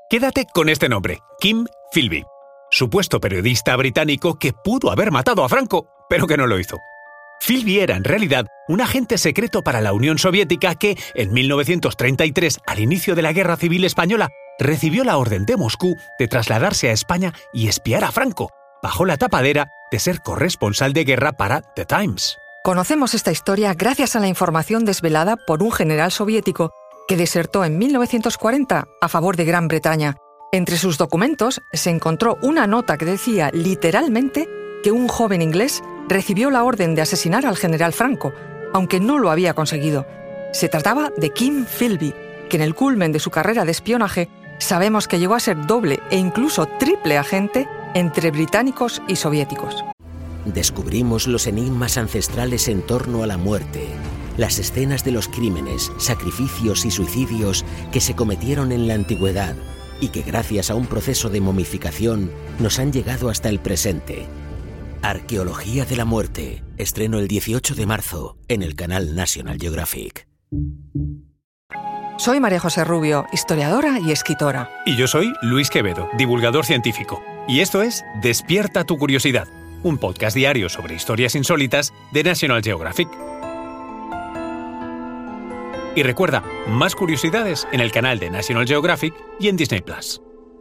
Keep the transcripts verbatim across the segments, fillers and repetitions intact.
Quédate con este nombre, Kim Philby, supuesto periodista británico que pudo haber matado a Franco, pero que no lo hizo. Philby era en realidad un agente secreto para la Unión Soviética que, en mil novecientos treinta y tres, al inicio de la Guerra Civil Española, recibió la orden de Moscú de trasladarse a España y espiar a Franco, bajo la tapadera de ser corresponsal de guerra para The Times. Conocemos esta historia gracias a la información desvelada por un general soviético que desertó en mil novecientos cuarenta a favor de Gran Bretaña. Entre sus documentos se encontró una nota que decía literalmente que un joven inglés recibió la orden de asesinar al general Franco, aunque no lo había conseguido. Se trataba de Kim Philby, que en el culmen de su carrera de espionaje sabemos que llegó a ser doble e incluso triple agente entre británicos y soviéticos. Descubrimos los enigmas ancestrales en torno a la muerte, las escenas de los crímenes, sacrificios y suicidios que se cometieron en la antigüedad y que gracias a un proceso de momificación nos han llegado hasta el presente. Arqueología de la muerte, estreno el dieciocho de marzo en el canal National Geographic. Soy María José Rubio, historiadora y escritora. Y yo soy Luis Quevedo, divulgador científico. Y esto es Despierta tu curiosidad, un podcast diario sobre historias insólitas de National Geographic. Y recuerda, más curiosidades en el canal de National Geographic y en Disney Plus.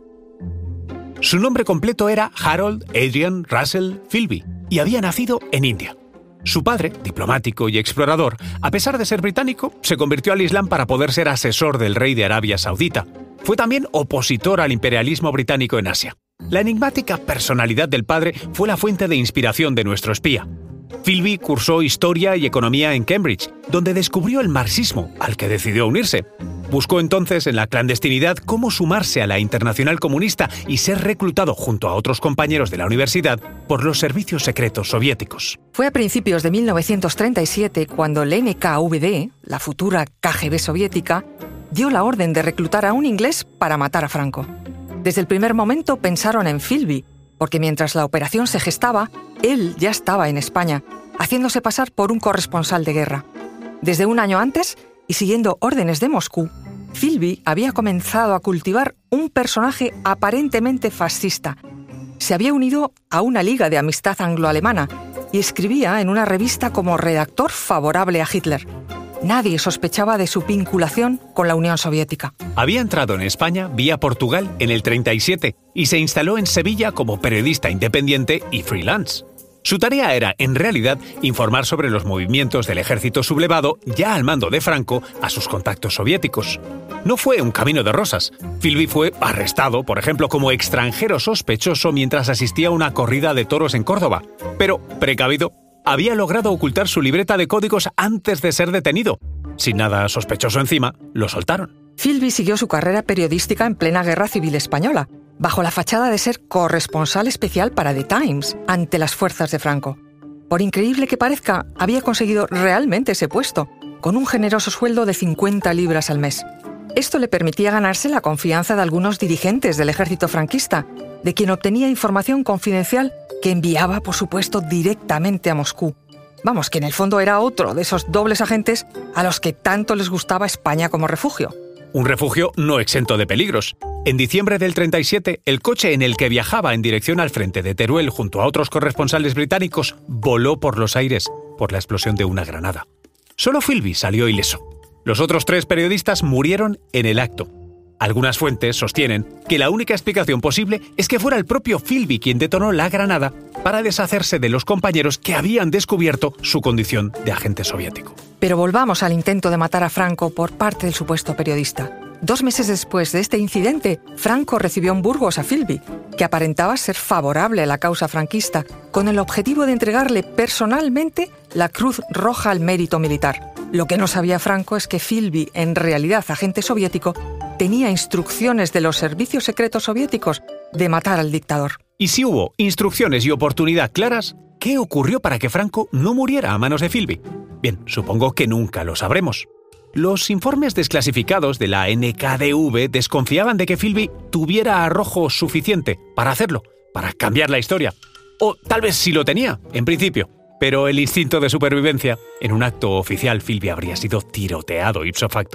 Su nombre completo era Harold Adrian Russell Philby y había nacido en India. Su padre, diplomático y explorador, a pesar de ser británico, se convirtió al Islam para poder ser asesor del rey de Arabia Saudita. Fue también opositor al imperialismo británico en Asia. La enigmática personalidad del padre fue la fuente de inspiración de nuestro espía. Philby cursó Historia y Economía en Cambridge, donde descubrió el marxismo, al que decidió unirse. Buscó entonces en la clandestinidad cómo sumarse a la Internacional Comunista y ser reclutado junto a otros compañeros de la universidad por los servicios secretos soviéticos. Fue a principios de mil novecientos treinta y siete cuando la N K V D, la futura K G B soviética, dio la orden de reclutar a un inglés para matar a Franco. Desde el primer momento pensaron en Philby, porque mientras la operación se gestaba, él ya estaba en España, haciéndose pasar por un corresponsal de guerra. Desde un año antes, y siguiendo órdenes de Moscú, Philby había comenzado a cultivar un personaje aparentemente fascista. Se había unido a una liga de amistad anglo-alemana y escribía en una revista como redactor favorable a Hitler. Nadie sospechaba de su vinculación con la Unión Soviética. Había entrado en España vía Portugal en el treinta y siete y se instaló en Sevilla como periodista independiente y freelance. Su tarea era, en realidad, informar sobre los movimientos del ejército sublevado, ya al mando de Franco, a sus contactos soviéticos. No fue un camino de rosas. Philby fue arrestado, por ejemplo, como extranjero sospechoso mientras asistía a una corrida de toros en Córdoba. Pero, precavido, había logrado ocultar su libreta de códigos antes de ser detenido. Sin nada sospechoso encima, lo soltaron. Philby siguió su carrera periodística en plena Guerra Civil Española, bajo la fachada de ser corresponsal especial para The Times ante las fuerzas de Franco. Por increíble que parezca, había conseguido realmente ese puesto, con un generoso sueldo de cincuenta libras al mes. Esto le permitía ganarse la confianza de algunos dirigentes del ejército franquista, de quien obtenía información confidencial que enviaba, por supuesto, directamente a Moscú. Vamos, que en el fondo era otro de esos dobles agentes a los que tanto les gustaba España como refugio. Un refugio no exento de peligros. En diciembre del treinta y siete, el coche en el que viajaba en dirección al frente de Teruel junto a otros corresponsales británicos voló por los aires por la explosión de una granada. Solo Philby salió ileso. Los otros tres periodistas murieron en el acto. Algunas fuentes sostienen que la única explicación posible es que fuera el propio Philby quien detonó la granada para deshacerse de los compañeros que habían descubierto su condición de agente soviético. Pero volvamos al intento de matar a Franco por parte del supuesto periodista. Dos meses después de este incidente, Franco recibió en Burgos a Philby, que aparentaba ser favorable a la causa franquista, con el objetivo de entregarle personalmente la Cruz Roja al mérito militar. Lo que no sabía Franco es que Philby, en realidad agente soviético, tenía instrucciones de los servicios secretos soviéticos de matar al dictador. Y si hubo instrucciones y oportunidad claras, ¿qué ocurrió para que Franco no muriera a manos de Philby? Bien, supongo que nunca lo sabremos. Los informes desclasificados de la N K V D desconfiaban de que Philby tuviera arrojo suficiente para hacerlo, para cambiar la historia. O tal vez sí lo tenía, en principio. Pero el instinto de supervivencia, en un acto oficial Philby habría sido tiroteado ipso facto.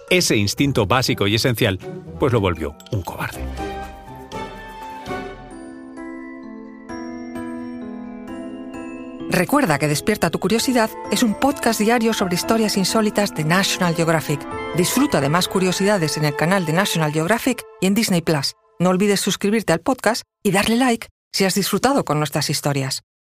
ese instinto básico y esencial, pues lo volvió un cobarde. Recuerda que Despierta tu Curiosidad es un podcast diario sobre historias insólitas de National Geographic. Disfruta de más curiosidades en el canal de National Geographic y en Disney Plus. No olvides suscribirte al podcast y darle like si has disfrutado con nuestras historias.